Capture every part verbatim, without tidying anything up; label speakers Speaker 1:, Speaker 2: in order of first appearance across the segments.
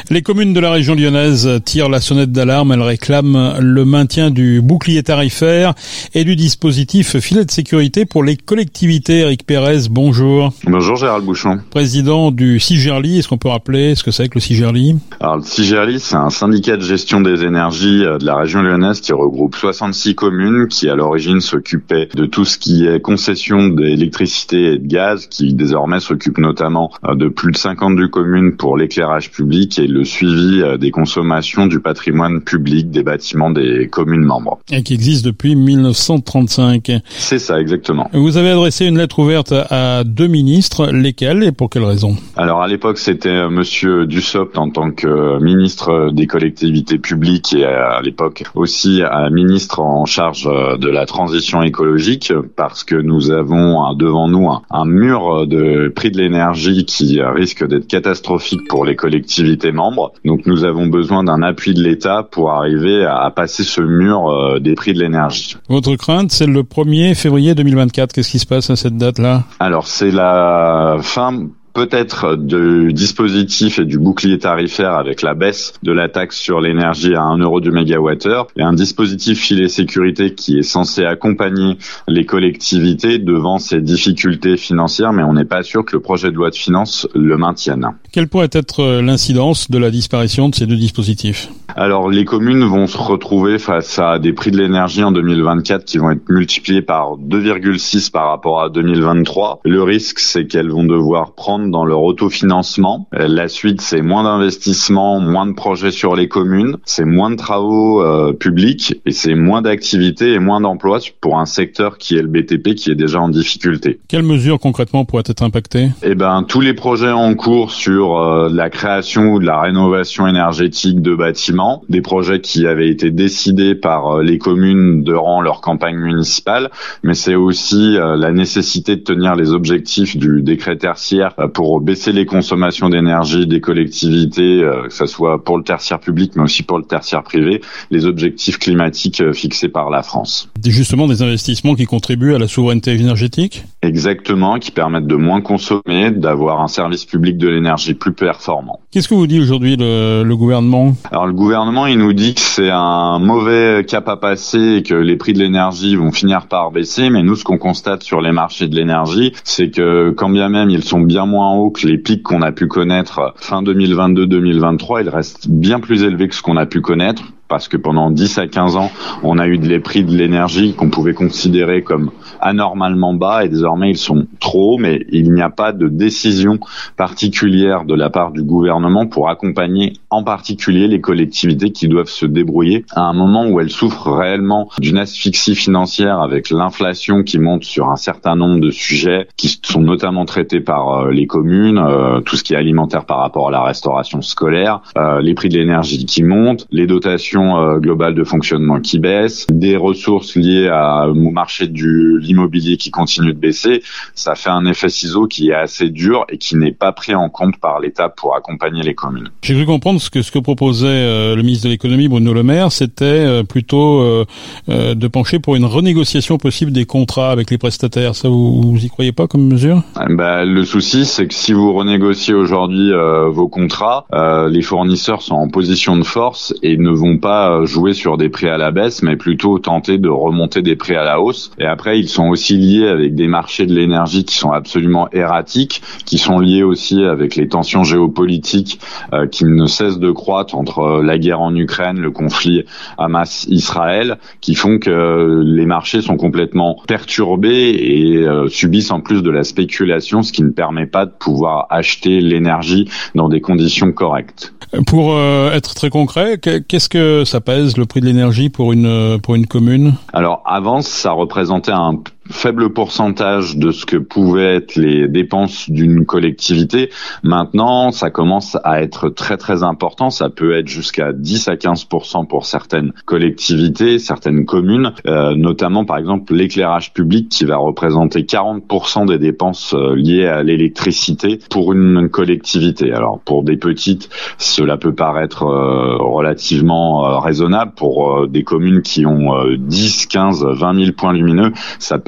Speaker 1: Les communes de la région lyonnaise tirent la sonnette d'alarme. Elles réclament le maintien du bouclier tarifaire et du dispositif filet de sécurité pour les collectivités. Eric Pérez, bonjour.
Speaker 2: Bonjour Gérald Bouchon.
Speaker 1: Président du Cigerli, est-ce qu'on peut rappeler ce que c'est que le Cigerli ?
Speaker 2: Alors le Cigerli, c'est un syndicat de gestion des énergies de la région lyonnaise qui regroupe soixante-six communes qui à l'origine s'occupaient de tout ce qui est concession d'électricité et de gaz, qui désormais s'occupe notamment de plus de cinquante communes pour l'éclairage public et le suivi des consommations du patrimoine public des bâtiments des communes membres.
Speaker 1: Et qui existe depuis mille neuf cent trente-cinq.
Speaker 2: C'est ça, exactement.
Speaker 1: Vous avez adressé une lettre ouverte à deux ministres, lesquels et pour quelles raisons ?
Speaker 2: Alors à l'époque, c'était monsieur Dussopt en tant que ministre des collectivités publiques et à l'époque aussi à ministre en charge de la transition écologique, parce que nous avons devant nous un, un mur de prix de l'énergie qui risque d'être catastrophique pour les collectivités membres. Donc nous avons besoin d'un appui de l'État pour arriver à passer ce mur des prix de l'énergie.
Speaker 1: Votre crainte, c'est le premier février deux mille vingt-quatre. Qu'est-ce qui se passe à cette date-là ?
Speaker 2: Alors c'est la fin peut-être du dispositif et du bouclier tarifaire avec la baisse de la taxe sur l'énergie à un euro du mégawattheure et un dispositif filet sécurité qui est censé accompagner les collectivités devant ces difficultés financières, mais on n'est pas sûr que le projet de loi de finances le maintienne.
Speaker 1: Quelle pourrait être l'incidence de la disparition de ces deux dispositifs ?
Speaker 2: Alors les communes vont se retrouver face à des prix de l'énergie en deux mille vingt-quatre qui vont être multipliés par deux virgule six par rapport à deux mille vingt-trois. Le risque, c'est qu'elles vont devoir prendre dans leur autofinancement. La suite, c'est moins d'investissements, moins de projets sur les communes, c'est moins de travaux euh, publics et c'est moins d'activités et moins d'emplois pour un secteur qui est le B T P qui est déjà en difficulté.
Speaker 1: Quelles mesures concrètement pourraient être impactées ?
Speaker 2: Eh ben, tous les projets en cours sur euh, la création ou de la rénovation énergétique de bâtiments, des projets qui avaient été décidés par euh, les communes durant leur campagne municipale, mais c'est aussi euh, la nécessité de tenir les objectifs du décret tertiaire euh, pour baisser les consommations d'énergie des collectivités, euh, que ce soit pour le tertiaire public, mais aussi pour le tertiaire privé, les objectifs climatiques euh, fixés par la France.
Speaker 1: Justement, des investissements qui contribuent à la souveraineté énergétique ?
Speaker 2: Exactement, qui permettent de moins consommer, d'avoir un service public de l'énergie plus performant.
Speaker 1: Qu'est-ce que vous dit aujourd'hui le, le gouvernement ?
Speaker 2: Alors le gouvernement, il nous dit que c'est un mauvais cap à passer et que les prix de l'énergie vont finir par baisser, mais nous, ce qu'on constate sur les marchés de l'énergie, c'est que quand bien même ils sont bien moins hauts que les pics qu'on a pu connaître fin deux mille vingt-deux deux mille vingt-trois, ils restent bien plus élevés que ce qu'on a pu connaître. Parce que pendant dix à quinze ans, on a eu des prix de l'énergie qu'on pouvait considérer comme anormalement bas et désormais ils sont trop hauts, mais il n'y a pas de décision particulière de la part du gouvernement pour accompagner en particulier les collectivités qui doivent se débrouiller à un moment où elles souffrent réellement d'une asphyxie financière avec l'inflation qui monte sur un certain nombre de sujets qui sont notamment traités par les communes, euh, tout ce qui est alimentaire par rapport à la restauration scolaire, euh, les prix de l'énergie qui montent, les dotations globale de fonctionnement qui baisse, des ressources liées à, au marché de l'immobilier qui continue de baisser. Ça fait un effet ciseau qui est assez dur et qui n'est pas pris en compte par l'État pour accompagner les communes.
Speaker 1: J'ai cru comprendre ce que, ce que proposait euh, le ministre de l'économie Bruno Le Maire, c'était euh, plutôt euh, euh, de pencher pour une renégociation possible des contrats avec les prestataires. Ça, vous, vous y croyez pas comme mesure ?
Speaker 2: Bah, le souci, c'est que si vous renégociez aujourd'hui euh, vos contrats, euh, les fournisseurs sont en position de force et ne vont pas jouer sur des prix à la baisse, mais plutôt tenter de remonter des prix à la hausse. Et après, ils sont aussi liés avec des marchés de l'énergie qui sont absolument erratiques, qui sont liés aussi avec les tensions géopolitiques euh, qui ne cessent de croître entre la guerre en Ukraine, le conflit Hamas-Israël, qui font que les marchés sont complètement perturbés et euh, subissent en plus de la spéculation, ce qui ne permet pas de pouvoir acheter l'énergie dans des conditions correctes.
Speaker 1: Pour euh, être très concret, qu'est-ce que ça pèse le prix de l'énergie pour une pour une commune ?
Speaker 2: Alors avant, ça représentait un faible pourcentage de ce que pouvaient être les dépenses d'une collectivité. Maintenant, ça commence à être très très important. Ça peut être jusqu'à dix à quinze pour cent pour certaines collectivités, certaines communes, euh, notamment par exemple l'éclairage public qui va représenter quarante pour cent des dépenses euh, liées à l'électricité pour une collectivité. Alors pour des petites, cela peut paraître euh, relativement euh, raisonnable. Pour euh, des communes qui ont euh, dix, quinze, vingt mille points lumineux, ça peut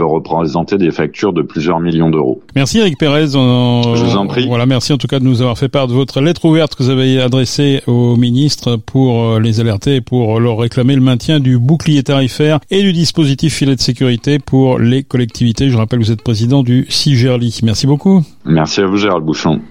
Speaker 2: représenter des factures de plusieurs millions d'euros.
Speaker 1: Merci Eric Pérez. On,
Speaker 2: Je vous en prie.
Speaker 1: Voilà, merci en tout cas de nous avoir fait part de votre lettre ouverte que vous avez adressée au ministre pour les alerter et pour leur réclamer le maintien du bouclier tarifaire et du dispositif filet de sécurité pour les collectivités. Je rappelle que vous êtes président du C I G E R L I. Merci beaucoup.
Speaker 2: Merci à vous Gérald Bouchon.